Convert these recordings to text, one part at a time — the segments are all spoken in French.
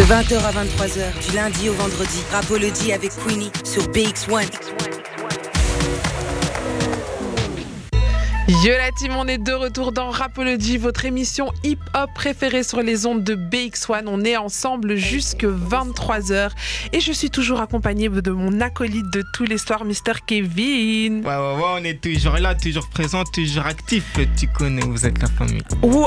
20h à 23h, du lundi au vendredi. Rapology avec Queenie sur BX1. Yo la team, on est de retour dans Rapology, votre émission hip-hop préférée sur les ondes de BX1. On est ensemble jusque 23h et je suis toujours accompagnée de mon acolyte de tous les soirs, Mr. Kevin. Ouais, on est toujours là, toujours présent, toujours actif. Tu connais, vous êtes la famille.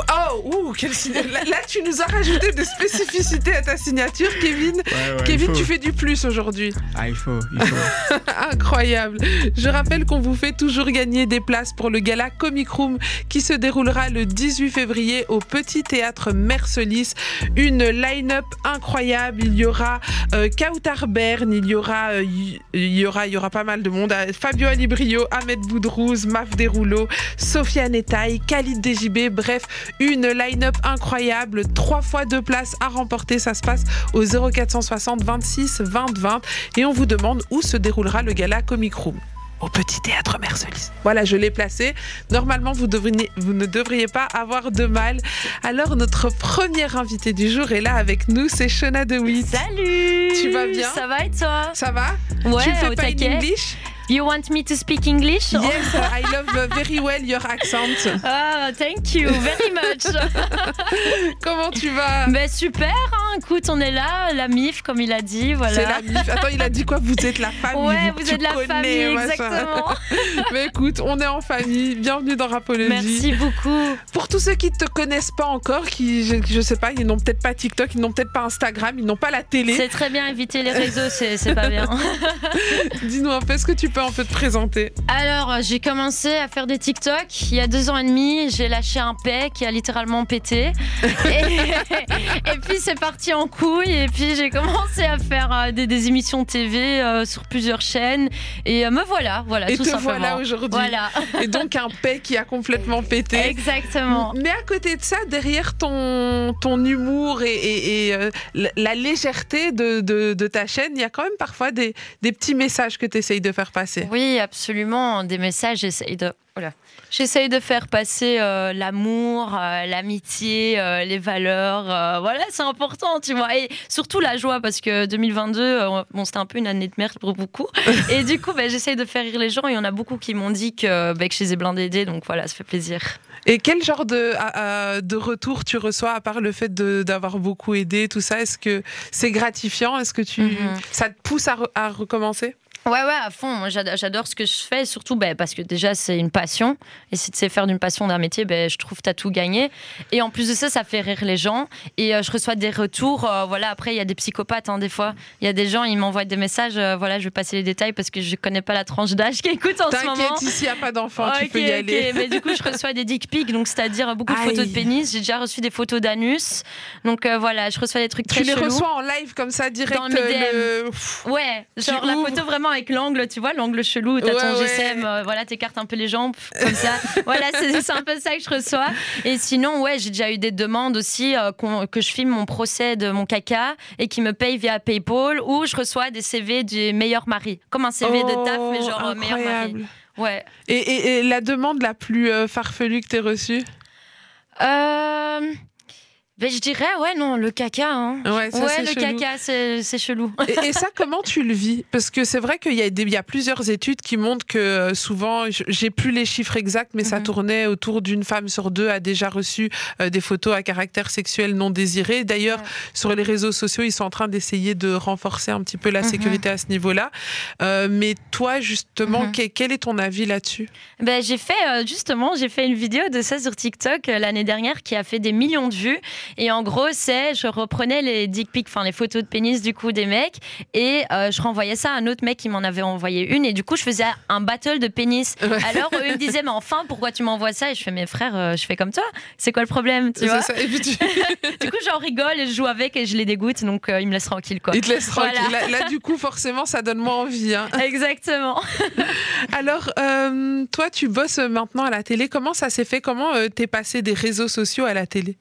Là, tu nous as rajouté des spécificités à ta signature, Kevin. Ouais, Kevin, tu fais du plus aujourd'hui. Ah, il faut. Incroyable. Je rappelle qu'on vous fait toujours gagner des places pour le gala Comic Room qui se déroulera le 18 février au Petit Théâtre Mercelis. Une line-up incroyable. Il y aura Kautar Bern, il y aura pas mal de monde. Fabio Alibrio, Ahmed Boudrouz, Maf Derouleau, Sofiane Etaï, Khalid DJB. Bref, une line-up incroyable. 3 fois 2 places à remporter. Ça se passe au 0460 26 20 20. Et on vous demande où se déroulera le gala Comic Room. Au Petit Théâtre Mercelis. Voilà, je l'ai placé. Normalement, vous ne devriez pas avoir de mal. Alors, notre première invitée du jour est là avec nous, c'est Shona DeWitt. Salut! Tu vas bien? Ça va et toi? Ça va? Ouais, tu me fais au pas in taquet. English? You want me to speak English? Yes, I love very well your accent. Ah, thank you very much. Comment tu vas? Ben super, hein. Écoute, on est là, la MIF, comme il a dit, voilà. C'est la MIF. Attends, il a dit quoi? Vous êtes la famille. Ouais, vous êtes la famille, machin. exactement. Mais écoute, on est en famille. Bienvenue dans Rapology. Merci beaucoup. Pour tous ceux qui ne te connaissent pas encore, qui, je sais pas, ils n'ont peut-être pas TikTok, ils n'ont peut-être pas Instagram, ils n'ont pas la télé. C'est très bien, éviter les réseaux, c'est pas bien. Dis-nous un peu, est-ce que tu peux un peu te présenter? Alors, j'ai commencé à faire des TikTok il y a 2 ans et demi. J'ai lâché un paix qui a littéralement pété. Et puis, c'est parti en couille. Et puis, j'ai commencé à faire des émissions TV sur plusieurs chaînes. Et me voilà, et tout te simplement. voilà aujourd'hui. Voilà. Et donc, un paix qui a complètement pété. Exactement. Mais à côté de ça, derrière ton humour et la légèreté de ta chaîne, il y a quand même parfois des petits messages que tu essayes de faire passer. Oui, absolument. Des messages, j'essaye de faire passer l'amour, l'amitié, les valeurs. Voilà, c'est important, tu vois. Et surtout la joie, parce que 2022, c'était un peu une année de merde pour beaucoup. Et du coup, j'essaye de faire rire les gens. Il y en a beaucoup qui m'ont dit que je les ai blindés d'aider. Donc voilà, ça fait plaisir. Et quel genre de retour tu reçois, à part le fait d'avoir beaucoup aidé, tout ça? Est-ce que c'est gratifiant? Est-ce que ça te pousse à recommencer? Ouais, à fond. Moi, j'adore ce que je fais, surtout parce que déjà, c'est une passion. Et si tu sais faire d'une passion d'un métier, je trouve que tu as tout gagné. Et en plus de ça, ça fait rire les gens. Et je reçois des retours. Après, il y a des psychopathes, des fois. Il y a des gens, ils m'envoient des messages. Je vais passer les détails parce que je connais pas la tranche d'âge qui écoute en ce moment. T'inquiète, ici, il n'y a pas d'enfants, tu peux y aller. Mais du coup, je reçois des dick pics, donc c'est-à-dire beaucoup de photos de pénis. J'ai déjà reçu des photos d'anus. Donc je reçois des trucs très chelous. Tu les reçois en live comme ça, direct dans mes DM. Ouais, genre la photo vraiment avec l'angle, tu vois, l'angle chelou, t'as ton GSM, t'écartes un peu les jambes, comme ça. Voilà, c'est un peu ça que je reçois. Et sinon, j'ai déjà eu des demandes aussi que je filme mon procès de mon caca et qui me payent via PayPal, ou je reçois des CV du meilleur mari. Comme un CV de taf, mais genre meilleur mari. Ouais. Et la demande la plus farfelue que t'aies reçue? Je dirais, le caca. Hein. Ouais, le chelou. caca, c'est chelou. Et ça, comment tu le vis? Parce que c'est vrai qu'il y a plusieurs études qui montrent que souvent, j'ai plus les chiffres exacts, mais ça tournait autour d'une femme sur 2 a déjà reçu des photos à caractère sexuel non désiré. D'ailleurs, sur les réseaux sociaux, ils sont en train d'essayer de renforcer un petit peu la sécurité à ce niveau-là. Mais toi, justement, quel est ton avis là-dessus? J'ai fait une vidéo de ça sur TikTok l'année dernière qui a fait des millions de vues. Et en gros, je reprenais les dick pics, les photos de pénis du coup des mecs, et je renvoyais ça à un autre mec qui m'en avait envoyé une, et du coup, je faisais un battle de pénis. Alors, eux me disaient, mais enfin, pourquoi tu m'envoies ça? Et je fais, mes frères, je fais comme toi, c'est quoi le problème, tu vois? Ça. Et puis Du coup, j'en rigole et je joue avec et je les dégoûte, donc ils me laissent tranquille, quoi. Ils te laissent tranquille. Voilà. Là, du coup, forcément, ça donne moins envie. Hein. Exactement. Alors, toi, tu bosses maintenant à la télé. Comment ça s'est fait? Comment t'es passé des réseaux sociaux à la télé?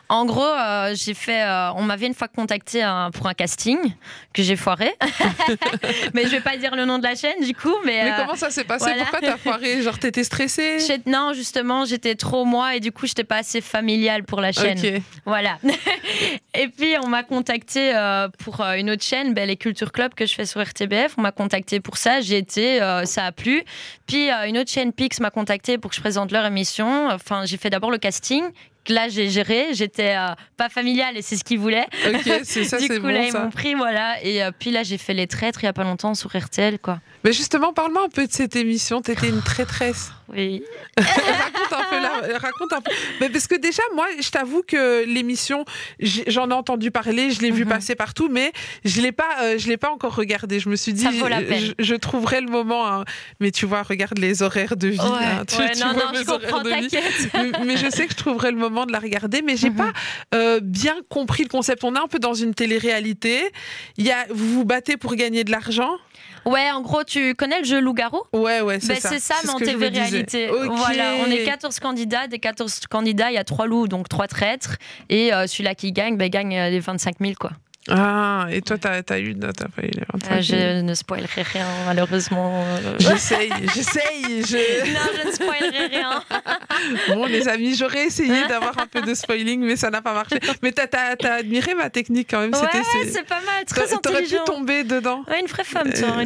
En gros, on m'avait une fois contacté pour un casting que j'ai foiré. Mais je vais pas dire le nom de la chaîne du coup. Mais comment ça s'est passé? Voilà. Pourquoi t'as foiré? Genre t'étais stressée? Non, justement, j'étais trop moi et du coup j'étais pas assez familiale pour la chaîne. Okay. Voilà. Et puis on m'a contacté pour une autre chaîne, les Culture Club que je fais sur RTBF. On m'a contacté pour ça. J'ai été, ça a plu. Puis une autre chaîne Pix m'a contacté pour que je présente leur émission. Enfin, j'ai fait d'abord le casting. Là, j'ai géré, j'étais pas familiale et c'est ce qu'ils voulaient. Ok, c'est ça, c'est bon. Du coup, là, ils m'ont pris, voilà. Et puis là, j'ai fait Les Traîtres il y a pas longtemps sur RTL, quoi. Mais justement, parle-moi un peu de cette émission. T'étais une traîtresse. Oui. Raconte un peu. Mais parce que déjà, moi, je t'avoue que l'émission, j'en ai entendu parler, je l'ai vu passer partout, mais je l'ai pas encore regardé. Je me suis dit, ça vaut la peine. Je trouverai le moment. Hein. Mais tu vois, regarde les horaires de vie. Ouais, hein. Tu vois je comprends, t'inquiète. Mais je sais que je trouverai le moment de la regarder, mais j'ai pas bien compris le concept. On est un peu dans une télé-réalité. Vous vous battez pour gagner de l'argent. Ouais, en gros, tu connais le jeu Loup-Garou? Ouais, c'est ça. C'est ça, mais en télé-réalité. Okay. Voilà, on est 14 candidats. Des 14 candidats, il y a 3 loups, donc 3 traîtres. Et celui-là qui gagne, gagne les 25 000, quoi. Ah, et toi, t'as pas eu les 25 000. Je ne spoilerai rien, malheureusement. J'essaye. Non, je ne spoilerai rien. Bon, les amis, j'aurais essayé d'avoir un peu de spoiling, mais ça n'a pas marché. Mais t'as admiré ma technique quand même. Ouais, c'est pas mal, très intelligent. T'aurais pu tomber dedans. Ouais, une vraie femme, toi.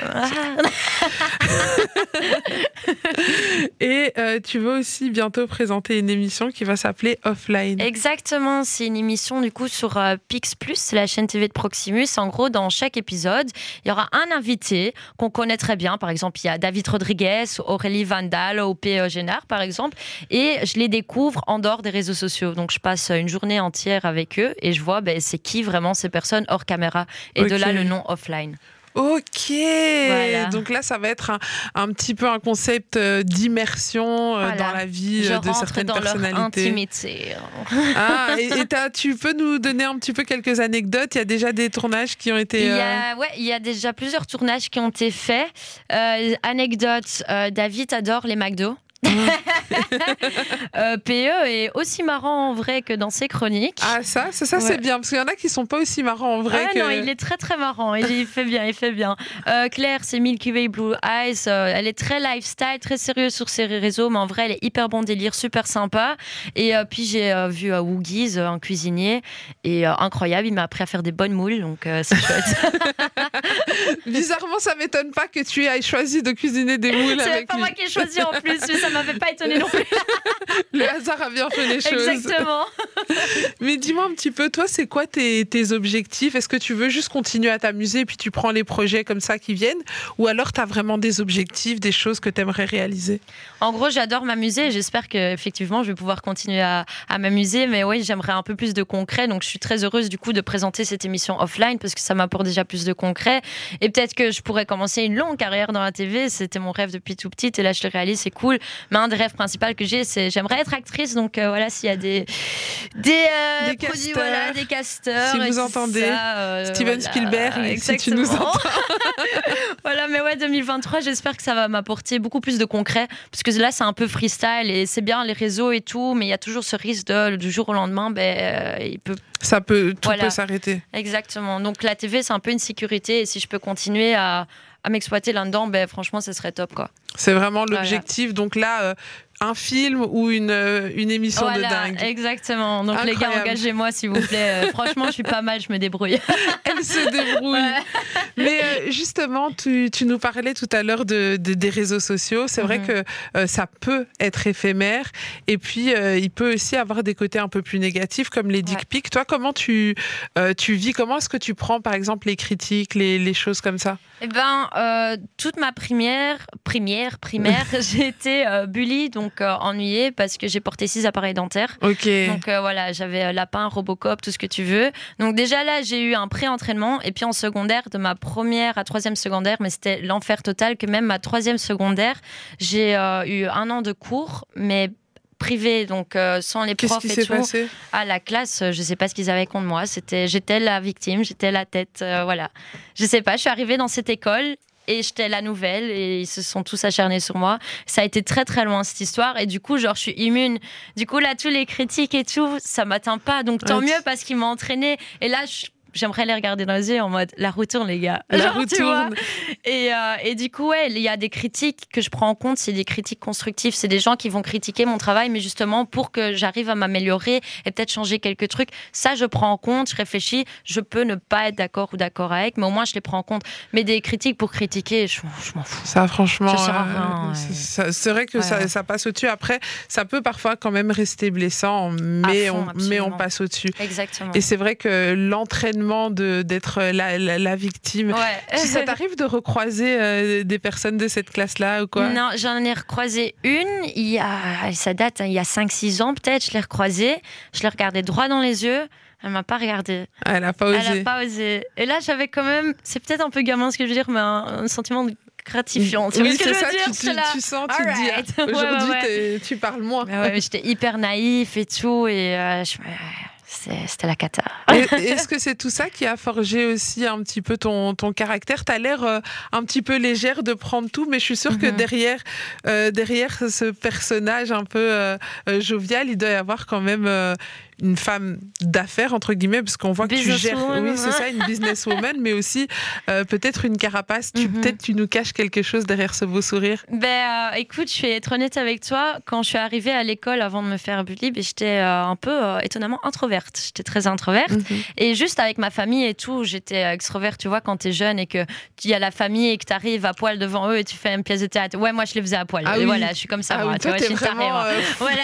Et tu vas aussi bientôt présenter une émission qui va s'appeler Offline. Exactement, c'est une émission du coup sur Pix+, la chaîne TV de Proximus. En gros, dans chaque épisode, il y aura un invité qu'on connaît très bien. Par exemple, il y a David Rodriguez, Aurélie Vandal, OP Génard, par exemple. Et je les découvre en dehors des réseaux sociaux. Donc, je passe une journée entière avec eux et je vois c'est qui vraiment ces personnes hors caméra. Et de là, le nom Offline. Ok, voilà. Donc là, ça va être un petit peu un concept d'immersion dans la vie de certaines personnalités. Leur intimité. Ah, et tu peux nous donner un petit peu quelques anecdotes? Il y a déjà des tournages qui ont été... il y a déjà plusieurs tournages qui ont été faits. Anecdote, David adore les McDo. PE est aussi marrant en vrai que dans ses chroniques. Ah ça c'est bien, parce qu'il y en a qui sont pas aussi marrants en vrai. Non, il est très très marrant, il fait bien. Claire, c'est Milky Way Blue Eyes, elle est très lifestyle, très sérieuse sur ses réseaux, mais en vrai elle est hyper bon délire, super sympa. Et puis j'ai vu Woogies, un cuisinier, et incroyable, il m'a appris à faire des bonnes moules, donc c'est chouette. Bizarrement, ça m'étonne pas que tu aies choisi de cuisiner des moules avec lui. C'est pas moi qui ai choisi en plus, mais ça m'avait pas étonné non plus. Le hasard a bien fait les choses. Exactement. Mais dis-moi un petit peu, toi, c'est quoi tes objectifs? Est-ce que tu veux juste continuer à t'amuser et puis tu prends les projets comme ça qui viennent? Ou alors tu as vraiment des objectifs, des choses que tu aimerais réaliser? En gros, j'adore m'amuser et j'espère qu'effectivement, je vais pouvoir continuer à m'amuser. Mais oui, j'aimerais un peu plus de concret. Donc, je suis très heureuse du coup de présenter cette émission Offline parce que ça m'apporte déjà plus de concret. Et peut-être que je pourrais commencer une longue carrière dans la TV. C'était mon rêve depuis tout petit et là, je le réalise, c'est cool. Mais un des rêves principaux que j'ai, c'est j'aimerais être actrice. Donc voilà, s'il y a des produits, casteurs, des casteurs. Si vous entendez, Steven Spielberg, si tu nous entends. Voilà, mais ouais, 2023, j'espère que ça va m'apporter beaucoup plus de concret. Parce que là, c'est un peu freestyle et c'est bien les réseaux et tout, mais il y a toujours ce risque du jour au lendemain, tout peut s'arrêter. Exactement. Donc la TV, c'est un peu une sécurité et si je peux continuer à m'exploiter là-dedans, franchement, ce serait top, quoi. C'est vraiment l'objectif. Voilà. Donc là, un film ou une émission de dingue. Exactement. Donc incroyable. Les gars, engagez-moi s'il vous plaît. Franchement, je suis pas mal, je me débrouille. Elle se débrouille. Ouais. Mais justement, tu nous parlais tout à l'heure des réseaux sociaux. C'est vrai que ça peut être éphémère. Et puis, il peut aussi avoir des côtés un peu plus négatifs, comme les dick pics. Toi, comment tu vis? Comment est-ce que tu prends, par exemple, les critiques, les choses comme ça? Toute ma primaire, j'ai été bully, donc ennuyée parce que j'ai porté 6 appareils dentaires. Okay. Donc voilà, j'avais lapin, Robocop, tout ce que tu veux. Donc déjà là, j'ai eu un pré-entraînement et puis en secondaire, de ma première à 3e secondaire, mais c'était l'enfer total que même ma 3e secondaire, j'ai eu 1 an de cours, mais privé, donc sans les profs et tout. Qu'est-ce qui s'est passé? À la classe, je sais pas ce qu'ils avaient contre moi. J'étais la victime, j'étais la tête, voilà. Je sais pas, je suis arrivée dans cette école et j'étais la nouvelle et ils se sont tous acharnés sur moi. Ça a été très très loin cette histoire et du coup genre je suis immune. Du coup là tous les critiques et tout ça m'atteint pas, donc tant mieux parce qu'ils m'ont entraînée et là j'aimerais les regarder dans les yeux en mode la roue tourne les gars. La roue tourne. Et du coup il y a des critiques que je prends en compte, c'est des critiques constructives, c'est des gens qui vont critiquer mon travail mais justement pour que j'arrive à m'améliorer et peut-être changer quelques trucs. Ça je prends en compte, je réfléchis, je peux ne pas être d'accord ou d'accord avec, mais au moins je les prends en compte. Mais des critiques pour critiquer, je m'en fous. Ça franchement, c'est vrai que ça passe au-dessus. Après, ça peut parfois quand même rester blessant, mais on passe au-dessus. Exactement. Et c'est vrai que l'entraînement d'être la victime. Ouais. Ça t'arrive de recroiser des personnes de cette classe-là ou quoi? Non, j'en ai recroisé une, ça date, il y a 5-6 ans peut-être, je l'ai recroisée, je l'ai regardée droit dans les yeux, elle m'a pas regardée. Elle a pas osé. Et là, j'avais quand même, c'est peut-être un peu gamin ce que je veux dire, mais un sentiment gratifiant. Tu vois ce que je veux dire? Tu sens, tu te dis, aujourd'hui, tu parles moins. Ouais, j'étais hyper naïf et tout, et c'était la cata. Est-ce que c'est tout ça qui a forgé aussi un petit peu ton caractère? T'as l'air un petit peu légère de prendre tout, mais je suis sûre que derrière ce personnage un peu jovial, il doit y avoir quand même une femme d'affaires, entre guillemets, parce qu'on voit que tu gères... Oui, c'est ça, une businesswoman, mais aussi peut-être une carapace. Peut-être tu nous caches quelque chose derrière ce beau sourire. Écoute, je vais être honnête avec toi. Quand je suis arrivée à l'école, avant de me faire bully, j'étais un peu étonnamment introverte. J'étais très introverte. Et juste avec ma famille et tout, j'étais extroverte. Tu vois, quand t'es jeune et qu'il y a la famille et que t'arrives à poil devant eux et tu fais une pièce de théâtre. Ouais, moi, je les faisais à poil. Ah, et voilà, je suis comme ça, moi. Tu vois, je suis vraiment... Voilà.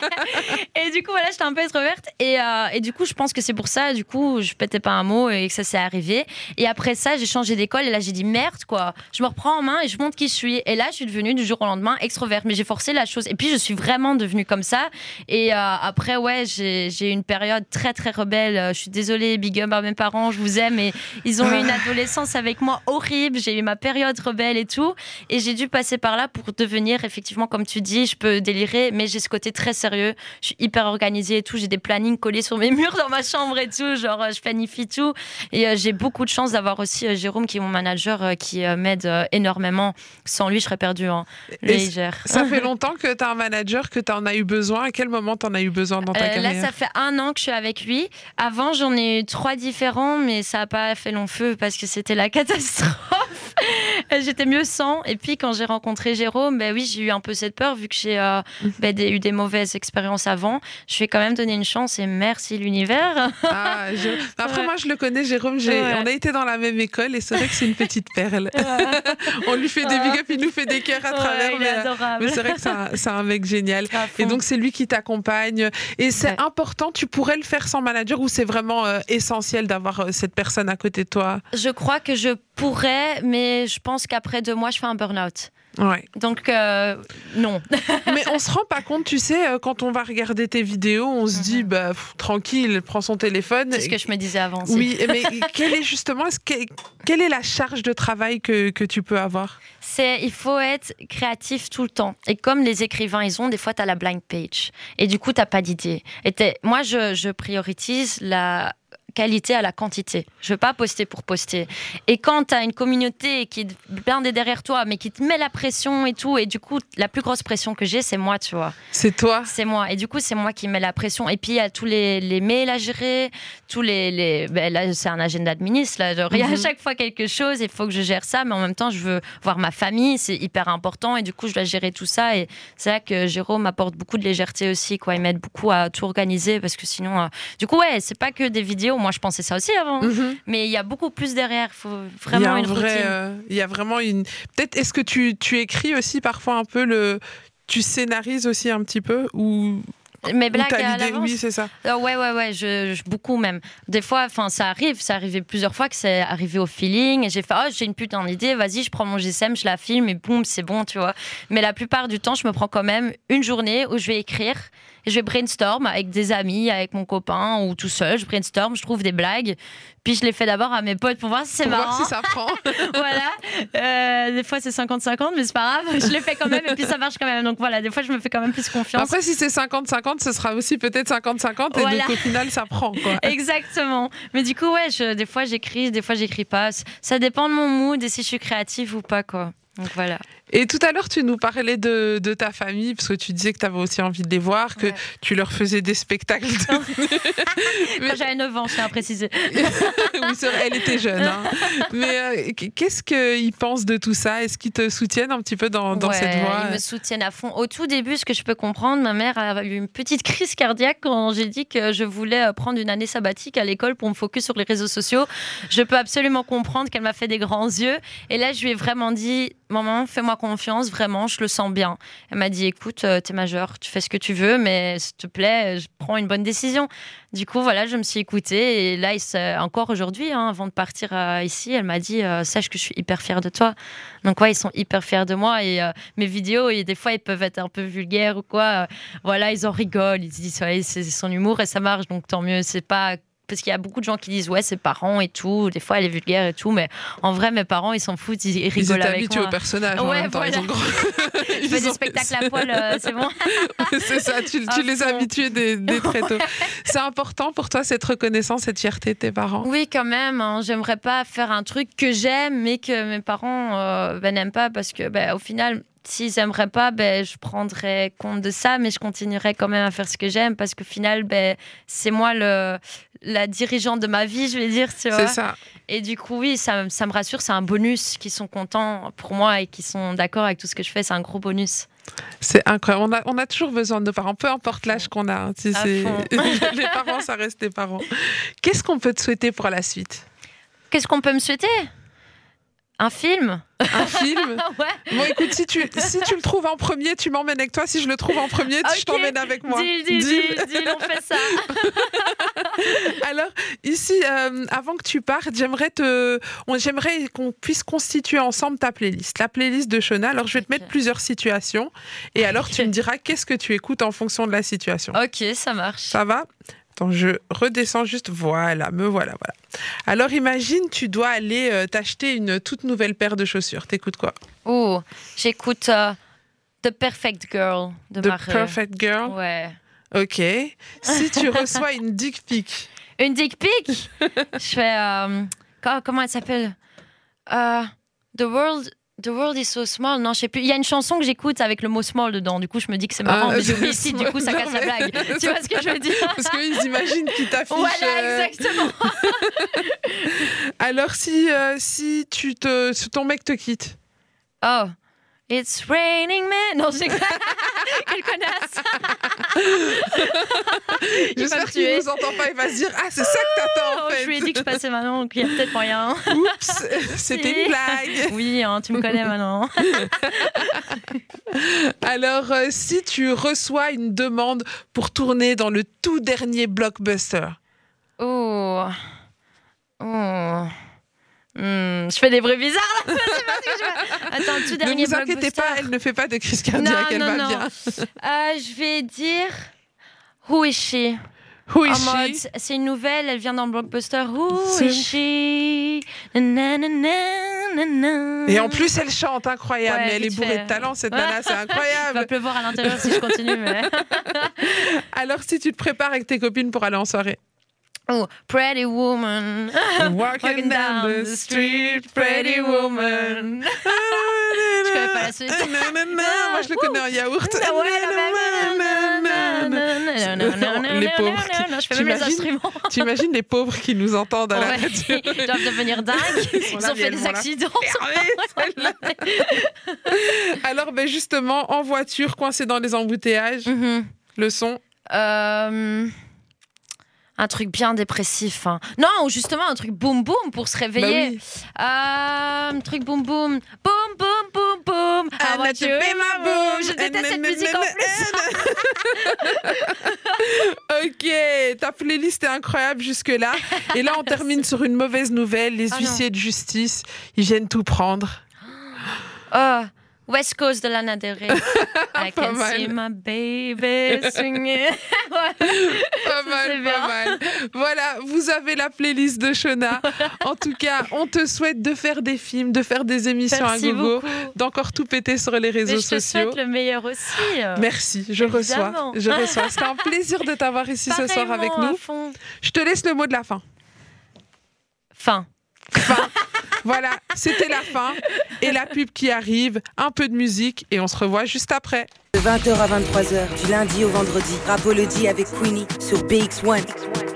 Et du coup, voilà, j'étais un peu extroverte. Et du coup, je pense que c'est pour ça, du coup, je pétais pas un mot et que ça s'est arrivé. Et après ça, j'ai changé d'école et là, j'ai dit merde, quoi. Je me reprends en main et je montre qui je suis. Et là, je suis devenue du jour au lendemain extroverte. Mais j'ai forcé la chose. Et puis, je suis vraiment devenue comme ça. Et après, ouais, j'ai eu une période très, très rebelle. Je suis désolée, big up à mes parents, je vous aime. Et ils ont eu une adolescence avec moi horrible. J'ai eu ma période rebelle et tout. Et j'ai dû passer par là pour devenir, effectivement, comme tu dis, je peux délirer, mais j'ai ce côté très sérieux. Je suis hyper organisée et tout. J'ai des planning collés sur mes murs dans ma chambre et tout, genre je planifie tout et j'ai beaucoup de chance d'avoir aussi Jérôme qui est mon manager qui m'aide énormément. Sans lui je serais perdue, hein. Lui, il gère. Ça fait longtemps que tu as un manager, que tu en as eu besoin? À quel moment tu en as eu besoin dans ta carrière? Là ça fait 1 an que je suis avec lui. Avant j'en ai eu 3 différents mais ça n'a pas fait long feu parce que c'était la catastrophe. J'étais mieux sans. Et puis quand j'ai rencontré Jérôme, oui, j'ai eu un peu cette peur vu que j'ai eu des mauvaises expériences avant. Je lui ai quand même donné une chance et merci l'univers. Après moi je le connais, Jérôme, on a été dans la même école et c'est vrai que c'est une petite perle. On lui fait des big up, il nous fait des cœurs à travers. Il est adorable. Mais c'est vrai que c'est un mec génial. Et donc c'est lui qui t'accompagne. Et c'est important, tu pourrais le faire sans manager ou c'est vraiment essentiel d'avoir cette personne à côté de toi? Je crois que je pourrais, mais je pense qu'après 2 mois, je fais un burn-out. Ouais. Donc, non. Mais on se rend pas compte, tu sais, quand on va regarder tes vidéos, on se dit, tranquille, prends son téléphone. C'est ce que je me disais avant aussi. Oui, mais quelle est la charge de travail que tu peux avoir? Il faut être créatif tout le temps. Et comme les écrivains, des fois, tu as la blank page. Et du coup, tu n'as pas d'idée. Moi, je priorise la qualité à la quantité. Je veux pas poster pour poster. Et quand tu as une communauté qui est blindée derrière toi, mais qui te met la pression et tout, et du coup, la plus grosse pression que j'ai, c'est moi, tu vois. C'est toi? C'est moi. Et du coup, c'est moi qui mets la pression. Et puis, il y a tous les mails à gérer, là, c'est un agenda de ministre, là. Genre, il y a à chaque fois quelque chose, il faut que je gère ça, mais en même temps, je veux voir ma famille, c'est hyper important, et du coup, je dois gérer tout ça. Et c'est là que Jérôme apporte beaucoup de légèreté aussi, quoi. Il m'aide beaucoup à tout organiser, parce que sinon, du coup, ouais, c'est pas que des vidéos. Moi, je pensais ça aussi avant. Mais il y a beaucoup plus derrière. Il faut vraiment une routine. Il y a vraiment une... Peut-être, est-ce que tu écris aussi parfois un peu tu scénarises aussi un petit peu ou... Mes blagues à l'avance. Oui, c'est ça. Ouais, beaucoup même. Des fois, ça arrivait plusieurs fois que c'est arrivé au feeling et j'ai fait, j'ai une putain d'idée, vas-y, je prends mon GSM, je la filme et boum, c'est bon, tu vois. Mais la plupart du temps, je me prends quand même une journée où je vais écrire et je vais brainstorm avec des amis, avec mon copain ou tout seul. Je brainstorm, je trouve des blagues. Puis je les fais d'abord à mes potes pour voir si c'est marrant. Voir si ça prend. Voilà. Des fois, c'est 50-50, mais c'est pas grave. Je les fais quand même et puis ça marche quand même. Donc voilà, des fois, je me fais quand même plus confiance. Après, si c'est 50-50, ce sera aussi peut-être 50-50 et donc au final, ça prend, quoi. Exactement. Mais du coup, des fois, j'écris, des fois, j'écris pas. Ça dépend de mon mood et si je suis créative ou pas, quoi. Donc voilà. Et tout à l'heure, tu nous parlais de ta famille, parce que tu disais que tu avais aussi envie de les voir, que tu leur faisais des spectacles. Quand j'avais 9 ans, je tiens à préciser. Oui, c'est vrai, elle était jeune. Hein. Mais qu'est-ce qu'ils pensent de tout ça? Est-ce qu'ils te soutiennent un petit peu dans cette voie? Ils me soutiennent à fond. Au tout début, ce que je peux comprendre, ma mère a eu une petite crise cardiaque quand j'ai dit que je voulais prendre une année sabbatique à l'école pour me focus sur les réseaux sociaux. Je peux absolument comprendre qu'elle m'a fait des grands yeux. Et là, je lui ai vraiment dit... Maman, fais-moi confiance, vraiment, je le sens bien. Elle m'a dit, écoute, t'es majeure, tu fais ce que tu veux, mais s'il te plaît, je prends une bonne décision. Du coup, voilà, je me suis écoutée. Et là, encore aujourd'hui, avant de partir ici, elle m'a dit, sache que je suis hyper fière de toi. Donc, ils sont hyper fiers de moi. Et mes vidéos, et des fois, ils peuvent être un peu vulgaires ou quoi. Voilà, ils en rigolent. Ils se disent, c'est son humour et ça marche, donc tant mieux. C'est pas... Parce qu'il y a beaucoup de gens qui disent ses parents et tout, des fois elle est vulgaire et tout, mais en vrai mes parents ils s'en foutent, ils rigolent avec moi. Ils étaient habitués au personnage en même temps, voilà. Ils font des spectacles à poil, c'est bon. C'est ça, tu les as habitués dès très tôt. C'est important pour toi cette reconnaissance, cette fierté de tes parents? Oui quand même, j'aimerais pas faire un truc que j'aime mais que mes parents n'aiment pas parce que au final... S'ils n'aimeraient pas, je prendrais compte de ça, mais je continuerais quand même à faire ce que j'aime parce qu'au final, c'est moi la dirigeante de ma vie, je vais dire. Tu vois. C'est ça. Et du coup, oui, ça me rassure, c'est un bonus qu'ils sont contents pour moi et qu'ils sont d'accord avec tout ce que je fais, c'est un gros bonus. C'est incroyable. On a toujours besoin de nos parents, peu importe l'âge qu'on a. Hein. Les parents, ça reste les parents. Qu'est-ce qu'on peut te souhaiter pour la suite? Qu'est-ce qu'on peut me souhaiter? Un film? Un film? Ouais. Bon, écoute, si tu le trouves en premier, tu m'emmènes avec toi. Si je le trouve en premier, je t'emmène avec moi. Deal, on fait ça. Alors, ici, avant que tu partes, j'aimerais qu'on puisse constituer ensemble ta playlist. La playlist de Shona. Alors, je vais te mettre plusieurs situations. Et alors, tu me diras qu'est-ce que tu écoutes en fonction de la situation. Ok, ça marche. Ça va? Attends, je redescends juste. Voilà, me voilà. Alors, imagine, tu dois aller t'acheter une toute nouvelle paire de chaussures. T'écoutes quoi? Oh, j'écoute The Perfect Girl de Marie. The Perfect Girl? Ouais. Ok. Si tu reçois une dick pic. Une dick pic? Je fais... comment elle s'appelle? The World is so small. Non, je sais plus. Il y a une chanson que j'écoute avec le mot small dedans. Du coup, je me dis que c'est marrant, mais j'ai oublié ici. Du coup, ça casse la blague. Tu vois ce que je veux dire? Parce qu'ils imaginent qu'ils t'affichent. Voilà, exactement. Alors, si ton mec te quitte. Oh. It's raining men. Non, c'est quoi? Quelle connasse. J'espère qu'il nous entend pas. Il va se dire c'est ça que t'attends en fait. Je lui ai dit que je passais maintenant, donc il y a peut-être moyen. Oups, c'était une blague. Oui, tu me connais maintenant. Alors, si tu reçois une demande pour tourner dans le tout dernier blockbuster. Je fais des bruits bizarres là. Attends, tout dernier. Ne vous inquiétez pas, elle ne fait pas de crise cardiaque, elle va bien. Je vais dire Who is she? Who is she? C'est une nouvelle, elle vient dans le blockbuster. Who is she? Na, na, na, na. Et en plus, elle chante, incroyable. Ouais, elle est bourrée de talent, cette nana, c'est incroyable. Il va pleuvoir à l'intérieur si je continue. Mais... Alors, si tu te prépares avec tes copines pour aller en soirée. Oh, Pretty Woman. Walking down the street, Pretty Woman. Je connais pas la suite. Moi, je le connais en yaourt. Les pauvres. Je fais même les instruments. T'imagines les pauvres qui nous entendent à la radio. Ils doivent devenir dingues. Ils ont fait des accidents. Alors, justement, en voiture, coincé dans les embouteillages, le son. Un truc bien dépressif. Hein. Non, justement, un truc boum boum pour se réveiller. Oui. Un truc boum boum. Boum boum boum boum. I want you in my boom. Je déteste cette musique en plus. Ok, ta playlist est incroyable jusque-là. Et là, on termine sur une mauvaise nouvelle. Les huissiers de justice, ils viennent tout prendre. West Coast de Lana Del Rey. I can see my baby singing. Pas mal. Voilà, vous avez la playlist de Shona. En tout cas, on te souhaite de faire des films, de faire des émissions à gogo, d'encore tout péter sur les réseaux sociaux. Je te souhaite le meilleur aussi. Merci, je reçois. C'était un plaisir de t'avoir ici ce soir avec nous. Je te laisse le mot de la fin. Fin. Voilà, c'était la fin. Et la pub qui arrive, un peu de musique et on se revoit juste après. De 20h à 23h, du lundi au vendredi, Rapology avec Queenie sur BX1.